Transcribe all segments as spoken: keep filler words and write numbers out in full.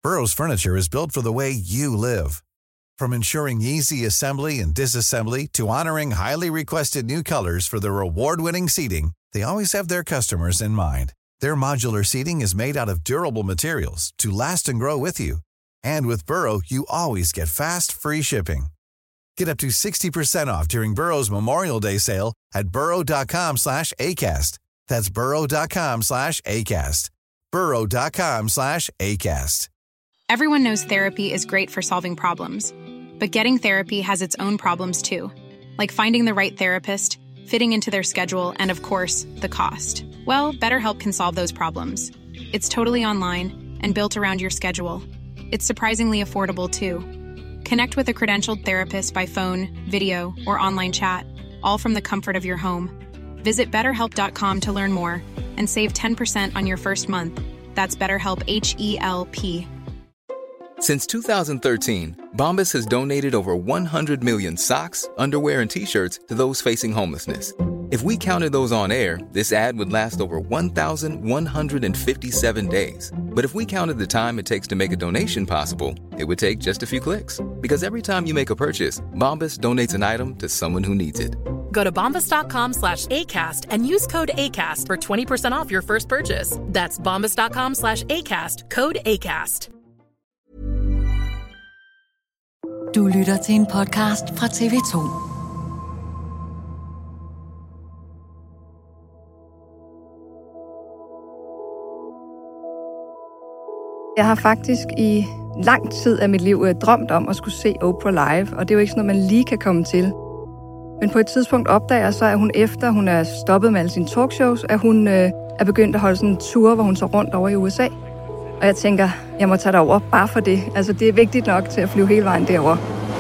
Burrow's furniture is built for the way you live. From ensuring easy assembly and disassembly to honoring highly requested new colors for their award-winning seating, they always have their customers in mind. Their modular seating is made out of durable materials to last and grow with you. And with Burrow, you always get fast, free shipping. Get up to sixty percent off during Burrow's Memorial Day sale at burrow.com slash ACAST. That's burrow.com slash ACAST. burrow.com slash ACAST. Everyone knows therapy is great for solving problems, but getting therapy has its own problems too, like finding the right therapist, fitting into their schedule, and of course, the cost. Well, BetterHelp can solve those problems. It's totally online and built around your schedule. It's surprisingly affordable too. Connect with a credentialed therapist by phone, video, or online chat, all from the comfort of your home. Visit better help dot com to learn more and save ten percent on your first month. That's BetterHelp, H E L P. Since two thousand thirteen, Bombas has donated over one hundred million socks, underwear, and T-shirts to those facing homelessness. If we counted those on air, this ad would last over one thousand one hundred fifty-seven days. But if we counted the time it takes to make a donation possible, it would take just a few clicks. Because every time you make a purchase, Bombas donates an item to someone who needs it. Go to bombas.com slash ACAST and use code ACAST for twenty percent off your first purchase. That's bombas.com slash ACAST, code ACAST. Du lytter til en podcast fra T V to. Jeg har faktisk i lang tid af mit liv drømt om at skulle se Oprah live, og det er jo ikke sådan noget, man lige kan komme til. Men på et tidspunkt opdager jeg så, at hun efter hun er stoppet med alle sine talkshows, at hun øh, er begyndt at holde sådan en tur, hvor hun så rundt over i U S A. Og jeg tænker, jeg må tage derover bare for det. Altså, det er vigtigt nok til at flyve hele vejen derover.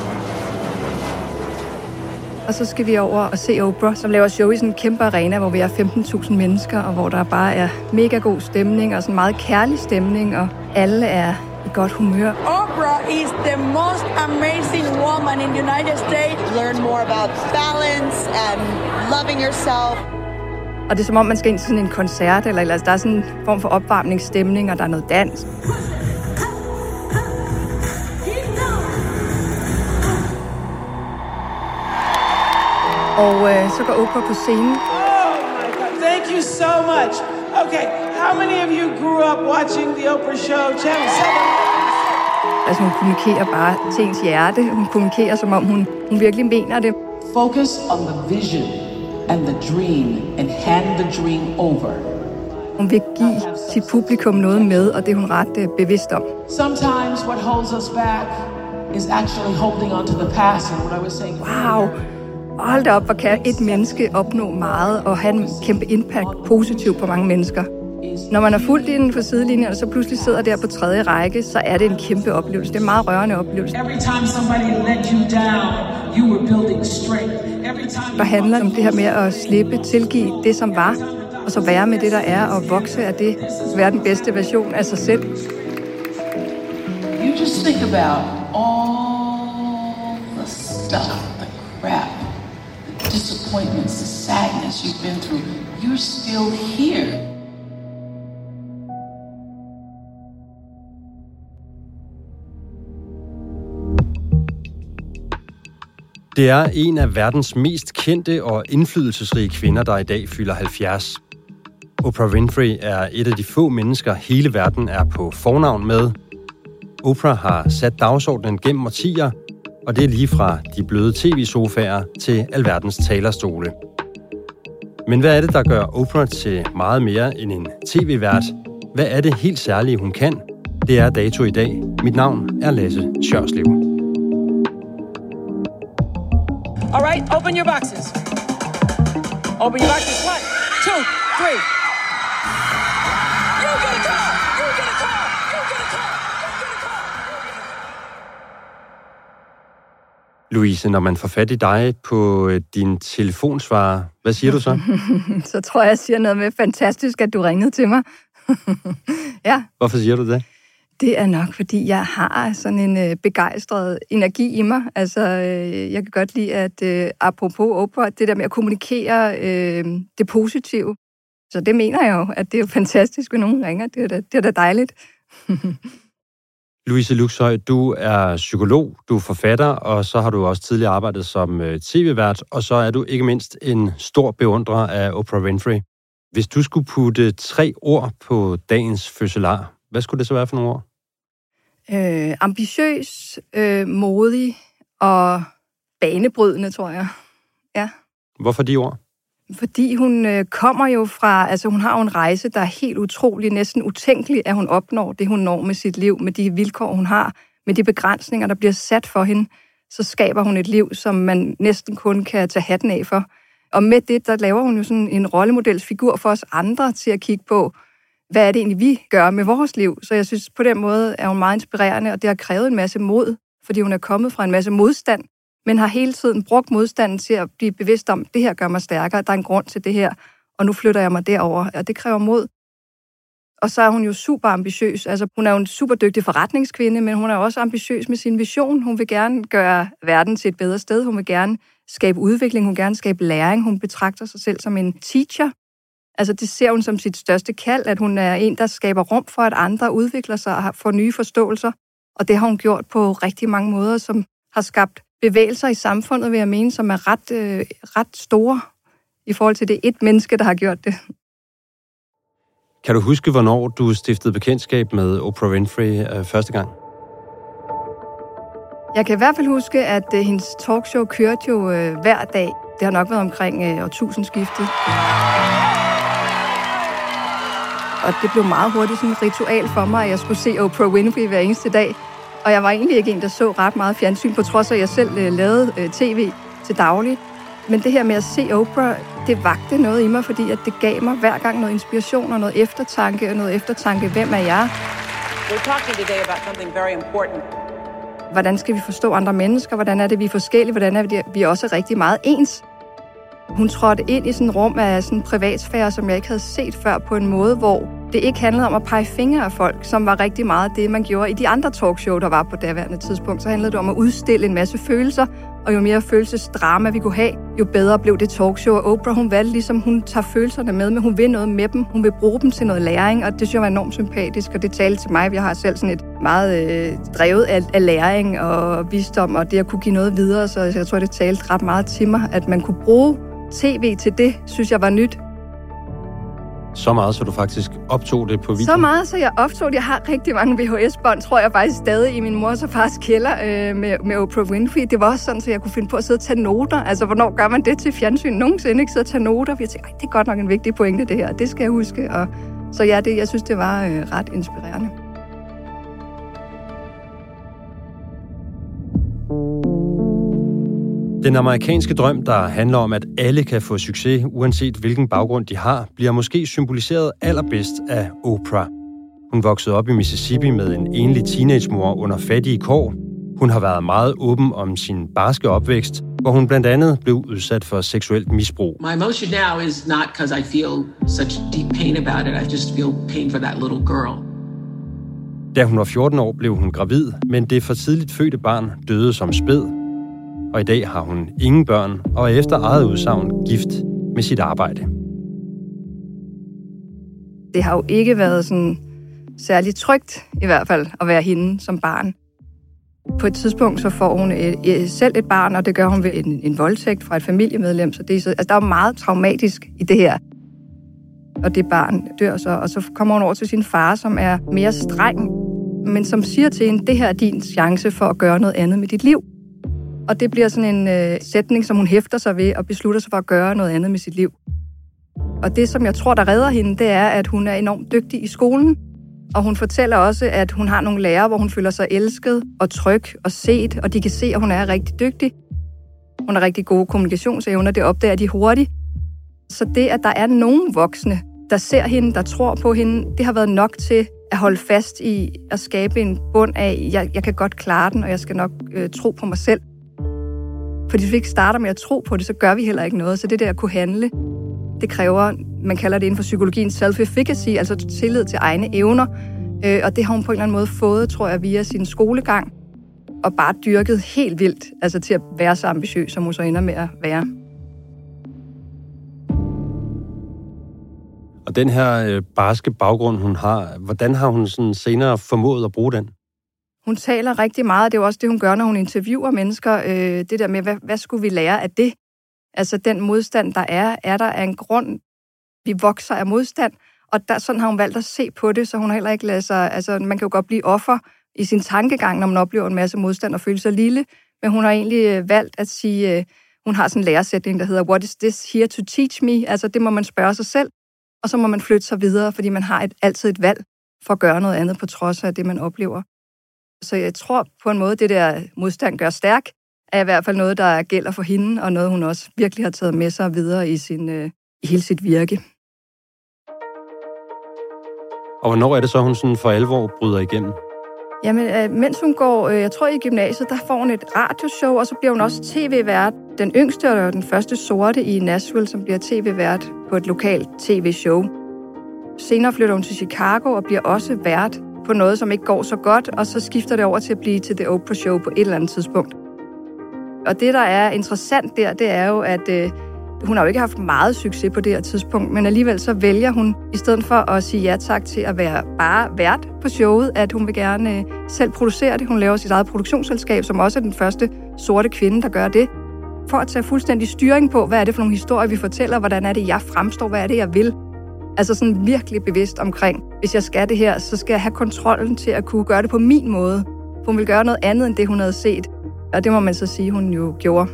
Og så skal vi over og se Oprah, som laver show i sådan en kæmpe arena, hvor vi er femten tusind mennesker, og hvor der bare er mega god stemning og sådan meget kærlig stemning, og alle er i godt humør. Oprah is the most amazing woman in the United States. Learn more about balance and loving yourself. Og det er som om, man skal ind til sådan en koncert, eller, eller der er sådan en form for opvarmningsstemning, og der er noget dans. Og øh, så går Oprah på scenen. Oh my God, thank you so much. Okay, how many of you grew up watching the Oprah Show, Channel seven? Altså hun kommunikerer bare til ens hjerte. Hun kommunikerer, som om hun, hun virkelig mener det. Focus on the vision and the dream and hand the dream over. Hun vil give sit publikum noget med, og det er hun ret øh, bevidst om. Sometimes what holds us back is actually holding on to the past, and what I was saying. Wow. Hold da op, hvor kan et menneske opnå meget og have en kæmpe impact positivt på mange mennesker. Når man er fuldt inden for sidelinjen, og så pludselig sidder der på tredje række, så er det en kæmpe oplevelse. Det er en meget rørende oplevelse. Der handler om det her med at slippe, tilgive det, som var, og så være med det, der er, og vokse af det, være den bedste version af sig selv. You just think about all the stuff, the crap, the disappointments, the sadness you've been through. You're still here. Det er en af verdens mest kendte og indflydelsesrige kvinder, der i dag fylder halvfjerds. Oprah Winfrey er et af de få mennesker, hele verden er på fornavn med. Oprah har sat dagsordenen gennem årtier, og det er lige fra de bløde tv-sofaer til alverdens talerstole. Men hvad er det, der gør Oprah til meget mere end en tv-vært? Hvad er det helt særlige, hun kan? Det er dato i dag. Mit navn er Lasse Sjørslev. All right, open your boxes. Open your boxes. One, two, three. You get a car! You get a car! You get a car! You get a car! Louise, når man får fat i dig på din telefonsvarer, hvad siger du så? Så tror jeg, jeg siger noget med, fantastisk, at du ringede til mig. Ja. Hvorfor siger du det? Det er nok, fordi jeg har sådan en øh, begejstret energi i mig. Altså, øh, jeg kan godt lide, at øh, apropos Oprah, det der med at kommunikere øh, det positive. Så det mener jeg jo, at det er jo fantastisk, når nogen ringer. Det er da, det er da dejligt. Louise Luxhøi, du er psykolog, du er forfatter, og så har du også tidligere arbejdet som tv-vært, og så er du ikke mindst en stor beundrer af Oprah Winfrey. Hvis du skulle putte tre ord på dagens fødselar, hvad skulle det så være for nogle ord? Øh, ambitiøs, øh, modig og banebrydende, tror jeg. Ja. Hvorfor de ord? Fordi hun øh, kommer jo fra, altså hun har jo en rejse, der er helt utrolig, næsten utænkelig, at hun opnår det, hun når med sit liv, med de vilkår, hun har, med de begrænsninger, der bliver sat for hende, så skaber hun et liv, som man næsten kun kan tage hatten af for. Og med det, der laver hun jo sådan en rollemodelsfigur for os andre til at kigge på, hvad er det egentlig, vi gør med vores liv. Så jeg synes, på den måde er hun meget inspirerende, og det har krævet en masse mod, fordi hun er kommet fra en masse modstand, men har hele tiden brugt modstanden til at blive bevidst om, det her gør mig stærkere, der er en grund til det her, og nu flytter jeg mig derover, og det kræver mod. Og så er hun jo super ambitiøs. Altså, hun er jo en super dygtig forretningskvinde, men hun er også ambitiøs med sin vision. Hun vil gerne gøre verden til et bedre sted. Hun vil gerne skabe udvikling. Hun vil gerne skabe læring. Hun betragter sig selv som en teacher. Altså, det ser hun som sit største kald, at hun er en, der skaber rum for, at andre udvikler sig og får nye forståelser. Og det har hun gjort på rigtig mange måder, som har skabt bevægelser i samfundet, vil jeg mene, som er ret, øh, ret store i forhold til det et menneske, der har gjort det. Kan du huske, hvornår du stiftede bekendtskab med Oprah Winfrey øh, første gang? Jeg kan i hvert fald huske, at øh, hendes talkshow kørte jo øh, hver dag. Det har nok været omkring øh, årtusindskiftet. Og det blev meget hurtigt sådan et ritual for mig, at jeg skulle se Oprah Winfrey hver eneste dag. Og jeg var egentlig ikke en, der så ret meget fjernsyn, på trods af, at jeg selv øh, lavede øh, tv til daglig. Men det her med at se Oprah, det vagte noget i mig, fordi at det gav mig hver gang noget inspiration og noget eftertanke og noget eftertanke. Hvem er jeg? We're talking today about something very important. Hvordan skal vi forstå andre mennesker? Hvordan er det, vi er forskellige? Hvordan er det, vi er også rigtig meget ens? Hun trådte ind i sådan et rum af sådan en privatsfære, som jeg ikke havde set før, på en måde, hvor det ikke handlede om at pege fingre af folk, som var rigtig meget det, man gjorde i de andre talkshow, der var på daværende tidspunkt. Så handlede det om at udstille en masse følelser, og jo mere følelsesdrama vi kunne have, jo bedre blev det talkshow. Og Oprah, hun valgte ligesom, hun tager følelserne med, men hun vil noget med dem. Hun vil bruge dem til noget læring, og det synes jeg var enormt sympatisk, og det talte til mig. Jeg har selv sådan et meget øh, drevet af, af læring og visdom, og det at kunne give noget videre, så jeg tror, det talte ret meget til mig, at man kunne bruge tv til det, synes jeg var nyt. Så meget, så du faktisk optog det på video? Så meget, så jeg optog det. Jeg har rigtig mange V H S-bånd, tror jeg faktisk stadig i min mors og fars kælder øh, med, med Oprah Winfrey. Det var også sådan, så jeg kunne finde på at sidde og tage noter. Altså, hvornår gør man det til fjernsyn? Nogensinde ikke sidde og tage noter. Jeg tænkte, det er godt nok en vigtig pointe, det her. Det skal jeg huske. Og, så ja, det, jeg synes, det var øh, ret inspirerende. Den amerikanske drøm, der handler om, at alle kan få succes, uanset hvilken baggrund de har, bliver måske symboliseret allerbedst af Oprah. Hun voksede op i Mississippi med en enlig teenagemor under fattige kår. Hun har været meget åben om sin barske opvækst, hvor hun blandt andet blev udsat for seksuelt misbrug. My emotion now is not because I feel such deep pain about it. I just feel pain for that little girl. Da hun var fjorten år, blev hun gravid, men det for tidligt fødte barn døde som spæd. Og i dag har hun ingen børn, og er efter eget udsagn gift med sit arbejde. Det har jo ikke været sådan særligt trygt, i hvert fald, at være hende som barn. På et tidspunkt så får hun et, et, selv et barn, og det gør hun ved en, en voldtægt fra et familiemedlem. Så det er, så, altså, der er jo meget traumatisk i det her. Og det barn dør så, og så kommer hun over til sin far, som er mere streng, men som siger til hende, det her er din chance for at gøre noget andet med dit liv. Og det bliver sådan en øh, sætning, som hun hæfter sig ved og beslutter sig for at gøre noget andet med sit liv. Og det, som jeg tror, der redder hende, det er, at hun er enormt dygtig i skolen. Og hun fortæller også, at hun har nogle lærere, hvor hun føler sig elsket og tryg og set, og de kan se, at hun er rigtig dygtig. Hun har rigtig gode kommunikationsevner, det opdager de hurtigt. Så det, at der er nogen voksne, der ser hende, der tror på hende, det har været nok til at holde fast i at skabe en bund af, jeg, jeg kan godt klare den, og jeg skal nok øh, tro på mig selv. Fordi hvis vi ikke starter med at tro på det, så gør vi heller ikke noget. Så det der at kunne handle, det kræver, man kalder det inden for psykologien self-efficacy, altså tillid til egne evner. Øh, og det har hun på en eller anden måde fået, tror jeg, via sin skolegang. Og bare dyrket helt vildt, altså til at være så ambitiøs, som hun så ender med at være. Og den her øh, barske baggrund, hun har, hvordan har hun sådan senere formået at bruge den? Hun taler rigtig meget, det er jo også det, hun gør, når hun interviewer mennesker. Øh, det der med, hvad, hvad skulle vi lære af det? Altså den modstand, der er, er der af en grund, vi vokser af modstand, og der, sådan har hun valgt at se på det, så hun heller ikke lader sig, altså man kan jo godt blive offer i sin tankegang, når man oplever en masse modstand og føler sig lille, men hun har egentlig valgt at sige, hun har sådan en læresætning, der hedder, what is this here to teach me? Altså det må man spørge sig selv, og så må man flytte sig videre, fordi man har et, altid et valg for at gøre noget andet på trods af det, man oplever. Så jeg tror på en måde, det der modstand gør stærk, er i hvert fald noget, der gælder for hende, og noget, hun også virkelig har taget med sig videre i, sin, øh, i hele sit virke. Og hvornår er det så, hun sådan for alvor bryder igennem? Jamen, øh, mens hun går, øh, jeg tror i gymnasiet, der får hun et radioshow, og så bliver hun også tv-vært. Den yngste og den første sorte i Nashville, som bliver tv-vært på et lokalt tv-show. Senere flytter hun til Chicago og bliver også vært på noget, som ikke går så godt, og så skifter det over til at blive til The Oprah Show på et eller andet tidspunkt. Og det, der er interessant der, det er jo, at øh, hun har jo ikke haft meget succes på det her tidspunkt, men alligevel så vælger hun, i stedet for at sige ja tak til at være bare vært på showet, at hun vil gerne øh, selv producere det. Hun laver sit eget produktionsselskab, som også er den første sorte kvinde, der gør det, for at tage fuldstændig styring på, hvad er det for nogle historier, vi fortæller, hvordan er det, jeg fremstår, hvad er det, jeg vil. Altså sådan virkelig bevidst omkring, hvis jeg skal det her, så skal jeg have kontrollen til at kunne gøre det på min måde. Hun vil gøre noget andet, end det, hun havde set. Og det må man så sige, hun jo gjorde.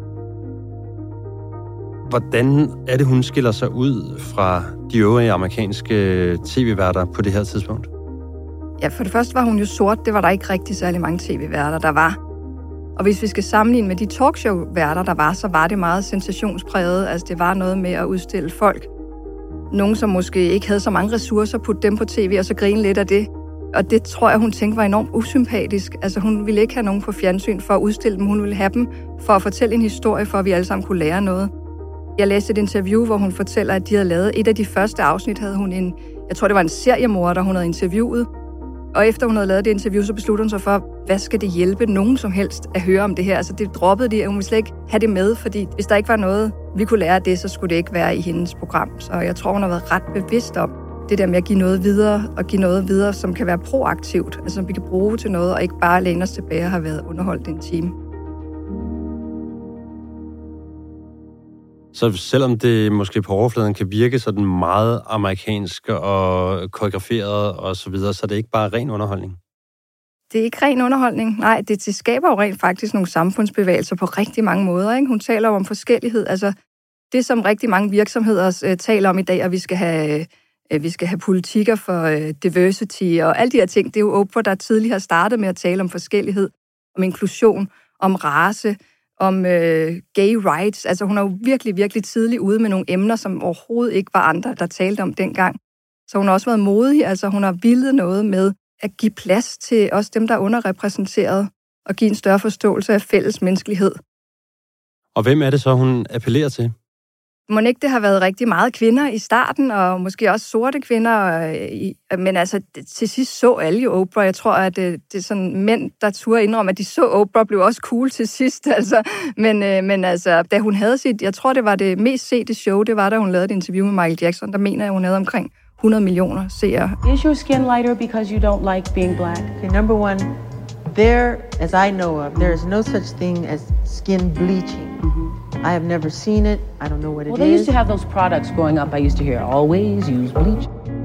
Hvordan er det, hun skiller sig ud fra de øvrige amerikanske tv-værter på det her tidspunkt? Ja, for det første var hun jo sort. Det var der ikke rigtig særlig mange tv-værter, der var. Og hvis vi skal sammenligne med de talkshow-værter, der var, så var det meget sensationspræget. Altså det var noget med at udstille folk. Nogen, som måske ikke havde så mange ressourcer, putte dem på tv og så grine lidt af det. Og det tror jeg, hun tænkte var enormt usympatisk. Altså hun ville ikke have nogen på fjernsyn for at udstille dem. Hun ville have dem for at fortælle en historie, for at vi alle sammen kunne lære noget. Jeg læste et interview, hvor hun fortæller, at de havde lavet et af de første afsnit, havde hun en, jeg tror det var en seriemorder, hun havde interviewet. Og efter hun havde lavet det interview, så besluttede hun sig for, hvad skal det hjælpe nogen som helst at høre om det her? Altså det droppede de, at hun ville slet ikke have det med, fordi hvis der ikke var noget, vi kunne lære af det, så skulle det ikke være i hendes program. Så jeg tror, hun har været ret bevidst om det der med at give noget videre, og give noget videre, som kan være proaktivt, altså som vi kan bruge til noget, og ikke bare læne os tilbage og have været underholdt en time. Så selvom det måske på overfladen kan virke sådan meget amerikansk og koreograferet og så videre, så er det ikke bare ren underholdning? Det er ikke ren underholdning. Nej, det, det skaber jo rent faktisk nogle samfundsbevægelser på rigtig mange måder. Ikke? Hun taler jo om forskellighed. Altså det, som rigtig mange virksomheder øh, taler om i dag, at vi skal have, øh, vi skal have politikker for øh, diversity og alle de her ting, det er jo Oprah, der tidligere har startet med at tale om forskellighed, om inklusion, om race, om øh, gay rights. Altså hun er jo virkelig, virkelig tidligt ude med nogle emner, som overhovedet ikke var andre, der talte om dengang. Så hun har også været modig. Altså hun har villet noget med at give plads til også dem, der er underrepræsenteret, og give en større forståelse af fælles menneskelighed. Og hvem er det så, hun appellerer til? Må ikke det har været rigtig meget kvinder i starten, og måske også sorte kvinder, men altså til sidst så alle jo Oprah. Jeg tror, at det, det er sådan mænd, der turde indrømme, at de så Oprah, blev også cool til sidst. Altså. Men, men altså, da hun havde sit, jeg tror, det var det mest sete show, det var, da hun lavede et interview med Michael Jackson. Der mener jeg, hun havde omkring hundrede millioner seere. Is your skin lighter because you don't like being black? Okay, number one, there, as I know of, there is no such thing as skin bleaching. I have never seen it. I don't know what it well, they is. used to have those products growing up. I used to hear, always use bleach.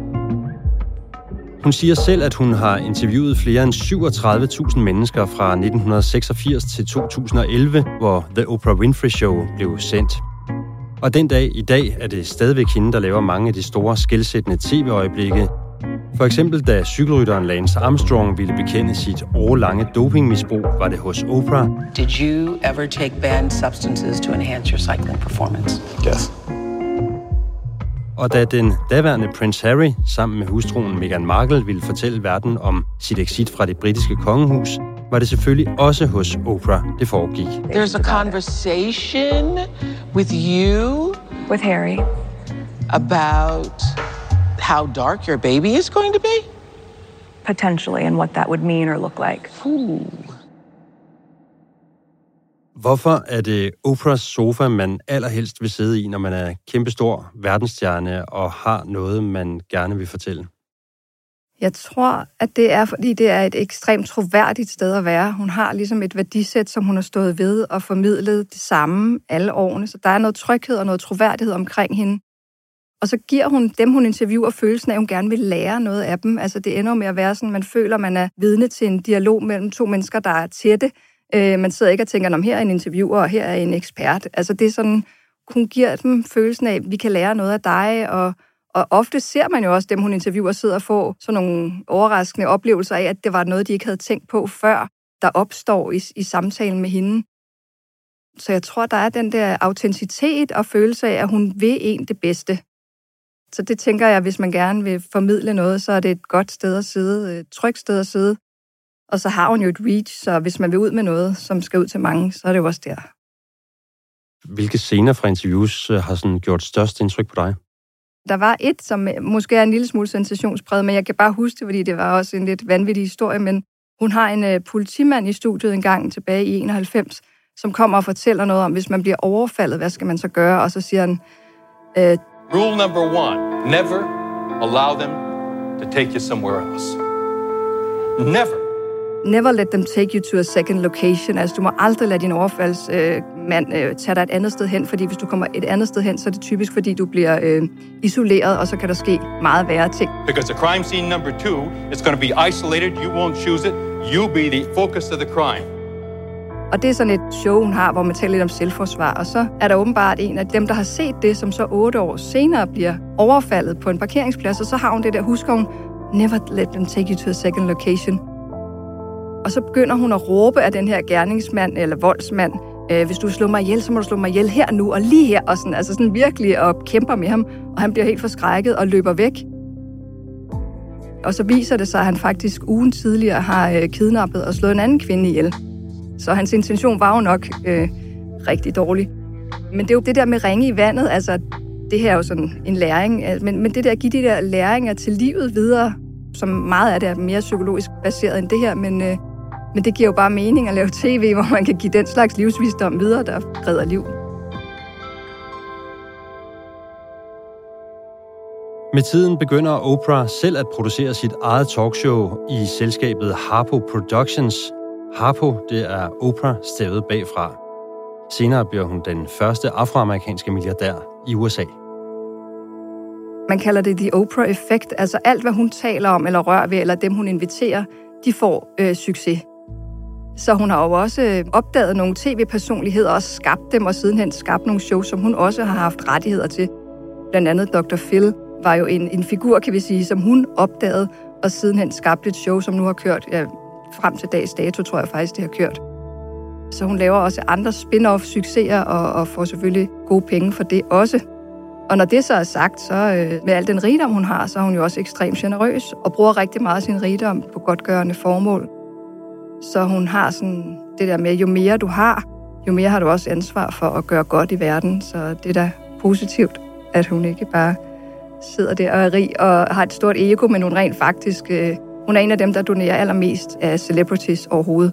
Hun siger selv, at hun har interviewet flere end syvogtredive tusind mennesker fra nitten seksogfirs til to tusind og elleve, hvor The Oprah Winfrey Show blev sendt. Og den dag i dag er det stadigvæk hende, der laver mange af de store skelsættende tv-øjeblikke. For eksempel da cykelrytteren Lance Armstrong ville bekende sit årelange dopingmisbrug, var det hos Oprah. Did you ever take banned substances to enhance your cycling performance? Yes. Og da den daværende Prince Harry sammen med hustruen Meghan Markle ville fortælle verden om sit exit fra det britiske kongehus, var det selvfølgelig også hos Oprah, det foregik. There's a conversation with you, with Harry, about how dark your baby is going to be? Potentially, and what that would mean or look like. Ooh. Hvorfor er det Oprahs sofa, man allerhelst vil sidde i, når man er kæmpestor verdensstjerne og har noget, man gerne vil fortælle? Jeg tror, at det er, fordi det er et ekstremt troværdigt sted at være. Hun har ligesom et værdisæt, som hun har stået ved og formidlet det samme alle årene. Så der er noget tryghed og noget troværdighed omkring hende. Og så giver hun dem, hun interviewer, følelsen af, at hun gerne vil lære noget af dem. Altså det ender med at være sådan, man føler, man er vidne til en dialog mellem to mennesker, der er tætte. Øh, man sidder ikke og tænker, om her er en interviewer, og her er en ekspert. Altså det er sådan, hun giver dem følelsen af, at vi kan lære noget af dig, og Og ofte ser man jo også dem, hun interviewer, sidder og får sådan nogle overraskende oplevelser af, at det var noget, de ikke havde tænkt på før, der opstår i, i samtalen med hende. Så jeg tror, der er den der autenticitet og følelse af, at hun vil en det bedste. Så det tænker jeg, hvis man gerne vil formidle noget, så er det et godt sted at sidde, et trygt sted at sidde. Og så har hun jo et reach, så hvis man vil ud med noget, som skal ud til mange, så er det jo også der. Hvilke scener fra interviews har sådan gjort størst indtryk på dig? Der var et, som måske er en lille smule sensationspræget, men jeg kan bare huske det, fordi det var også en lidt vanvittig historie, men hun har en uh, politimand i studiet en gang tilbage i enoghalvfems, som kommer og fortæller noget om, hvis man bliver overfaldet, hvad skal man så gøre? Og så siger han... Uh, Rule number one, never allow them to take you somewhere else. Never. Never let them take you to a second location. Altså, du må aldrig lade din overfaldsmand øh, øh, tage dig et andet sted hen, fordi hvis du kommer et andet sted hen, så er det typisk, fordi du bliver øh, isoleret, og så kan der ske meget værre ting. Because the crime scene number two is going to be isolated. You won't choose it. You be the focus of the crime. Og det er sådan et show, hun har, hvor man taler lidt om selvforsvar, og så er der åbenbart en af dem, der har set det, som så otte år senere bliver overfaldet på en parkeringsplads, og så har hun det der, husker hun, never let them take you to a second location. Og så begynder hun at råbe af den her gerningsmand eller voldsmand, øh, hvis du slår mig ihjel, så må du slå mig ihjel her nu og lige her, og sådan, altså sådan virkelig og kæmper med ham, og han bliver helt forskrækket og løber væk. Og så viser det sig, at han faktisk ugen tidligere har øh, kidnappet og slået en anden kvinde ihjel. Så hans intention var jo nok øh, rigtig dårlig. Men det er jo det der med ringe i vandet, altså det her er jo sådan en læring, men, men det der at give de der læringer til livet videre, som meget af det er mere psykologisk baseret end det her, men, øh, men det giver jo bare mening at lave tv, hvor man kan give den slags livsvisdom videre, der redder liv. Med tiden begynder Oprah selv at producere sit eget talkshow i selskabet Harpo Productions. Harpo, det er Oprah stavet bagfra. Senere bliver hun den første afroamerikanske milliardær i U S A. Man kalder det The Oprah-effekt. Altså alt, hvad hun taler om eller rører ved, eller dem, hun inviterer, de får øh, succes. Så hun har jo også opdaget nogle tv-personligheder og skabt dem, og sidenhen skabt nogle shows, som hun også har haft rettigheder til. Blandt andet doktor Phil var jo en, en figur, kan vi sige, som hun opdagede, og sidenhen skabte et show, som nu har kørt ja, frem til dags dato, tror jeg faktisk, det har kørt. Så hun laver også andre spin-off-succeser, og, og får selvfølgelig gode penge for det også. Og når det så er sagt, så øh, med al den rigdom, hun har, så er hun jo også ekstremt generøs, og bruger rigtig meget af sin rigdom på godtgørende formål. Så hun har sådan det der med, jo mere du har, jo mere har du også ansvar for at gøre godt i verden. Så det er da positivt, at hun ikke bare sidder der og er rig og har et stort ego, men hun rent faktisk, øh, hun er en af dem, der donerer allermest af celebrities overhovedet.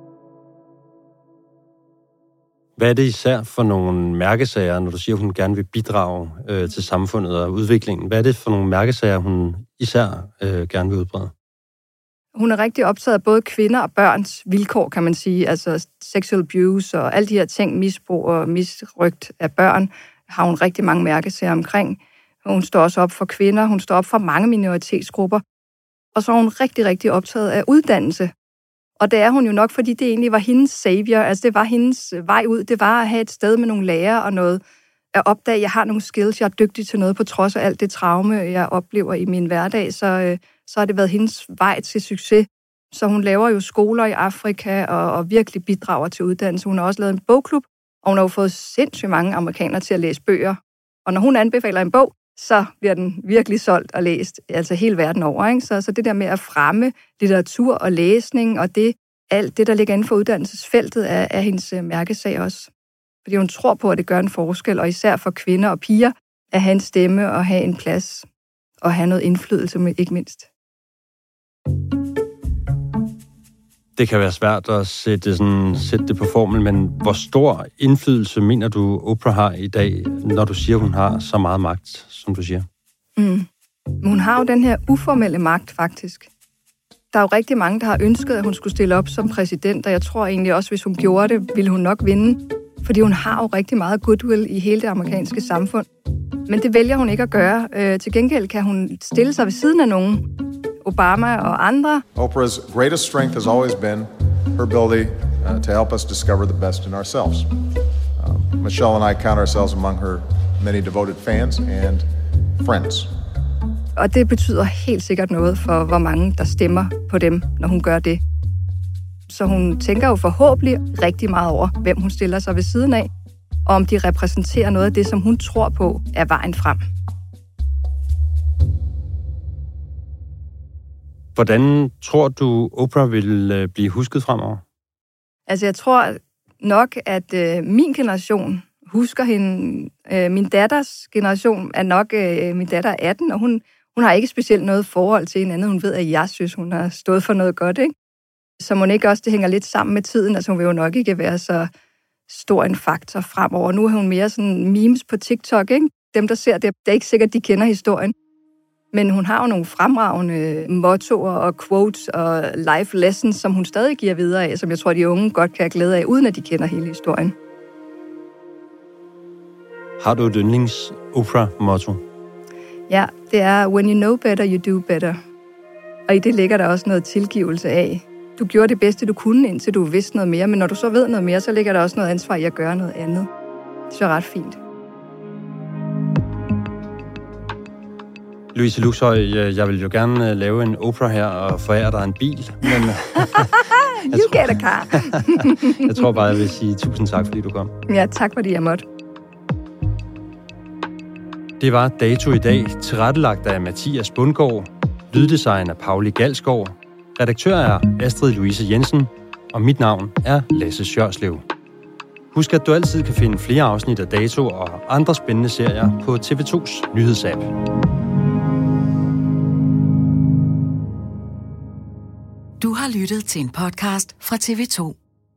Hvad er det især for nogle mærkesager, når du siger, at hun gerne vil bidrage øh, til samfundet og udviklingen? Hvad er det for nogle mærkesager, hun især øh, gerne vil udbrede? Hun er rigtig optaget af både kvinder og børns vilkår, kan man sige. Altså sexual abuse og alle de her ting, misbrug og misrygt af børn, har hun rigtig mange mærkesager omkring. Hun står også op for kvinder, hun står op for mange minoritetsgrupper. Og så er hun rigtig, rigtig optaget af uddannelse. Og det er hun jo nok, fordi det egentlig var hendes savior, altså det var hendes vej ud, det var at have et sted med nogle lærere og noget, at opdage, at jeg har nogle skills, jeg er dygtig til noget, på trods af alt det traume, jeg oplever i min hverdag, så, så har det været hendes vej til succes. Så hun laver jo skoler i Afrika og, og virkelig bidrager til uddannelse. Hun har også lavet en bogklub, og hun har jo fået sindssygt mange amerikanere til at læse bøger. Og når hun anbefaler en bog, så bliver den virkelig solgt og læst, altså hele verden over. Ikke? Så, så det der med at fremme litteratur og læsning, og det, alt det, der ligger inden for uddannelsesfeltet, er, er hendes mærkesag også. Fordi hun tror på, at det gør en forskel, og især for kvinder og piger, at have en stemme og have en plads, og have noget indflydelse, ikke mindst. Det kan være svært at sætte, sådan, sætte det på formel, men hvor stor indflydelse mener du, Oprah har i dag, når du siger, hun har så meget magt, som du siger? Mm. Men hun har jo den her uformelle magt, faktisk. Der er jo rigtig mange, der har ønsket, at hun skulle stille op som præsident, og jeg tror egentlig også, hvis hun gjorde det, ville hun nok vinde. Fordi hun har jo rigtig meget goodwill i hele det amerikanske samfund. Men det vælger hun ikke at gøre. Øh, til gengæld kan hun stille sig ved siden af nogen. Obama og andre. Oprah's greatest strength has always been her ability uh, to help us discover the best in ourselves. Uh, Michelle and I count ourselves among her many devoted fans and friends. Og det betyder helt sikkert noget for, hvor mange der stemmer på dem, når hun gør det. Så hun tænker jo forhåbentlig rigtig meget over, hvem hun stiller sig ved siden af, og om de repræsenterer noget af det, som hun tror på, er vejen frem. Hvordan tror du, Oprah vil blive husket fremover? Altså, jeg tror nok, at øh, min generation husker hende. Øh, min datters generation er nok... Øh, min datter er atten, og hun, hun har ikke specielt noget forhold til en anden. Hun ved, at jeg synes, hun har stået for noget godt, ikke? Så må ikke også, det hænger lidt sammen med tiden. Altså, hun vil jo nok ikke være så stor en faktor fremover. Nu er hun mere sådan memes på TikTok, ikke? Dem, der ser det, det er ikke sikkert, de kender historien. Men hun har jo nogle fremragende mottoer og quotes og life lessons, som hun stadig giver videre af, som jeg tror, de unge godt kan have glæde af, uden at de kender hele historien. Har du et yndlings Oprah-motto? Ja, det er when you know better, you do better. Og i det ligger der også noget tilgivelse af. Du gjorde det bedste, du kunne, indtil du vidste noget mere, men når du så ved noget mere, så ligger der også noget ansvar i at gøre noget andet. Det er ret fint. Louise Luxhøj, jeg vil jo gerne lave en Oprah her og forære dig en bil. Men you tror, get a car. jeg tror bare, jeg vil sige tusind tak, fordi du kom. Ja, tak fordi jeg måtte. Det var Dato i dag, tilrettelagt af Mathias Bundgaard, lyddesign af Pauli Galsgaard, redaktør er Astrid Louise Jensen, og mit navn er Lasse Sjørslev. Husk, at du altid kan finde flere afsnit af Dato og andre spændende serier på T V to's nyhedsapp. Du har lyttet til en podcast fra T V to.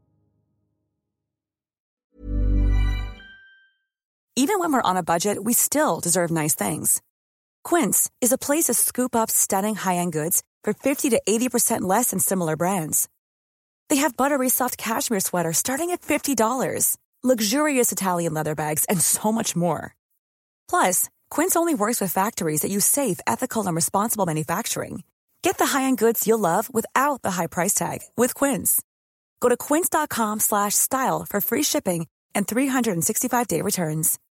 Even when we're on a budget, we still deserve nice things. Quince is a place to scoop up stunning high-end goods for fifty to eighty percent less than similar brands. They have buttery soft cashmere sweaters starting at fifty dollars, luxurious Italian leather bags, and so much more. Plus, Quince only works with factories that use safe, ethical, and responsible manufacturing. Get the high-end goods you'll love without the high price tag with Quince. Go to quince dot com slash style for free shipping and three sixty-five day returns.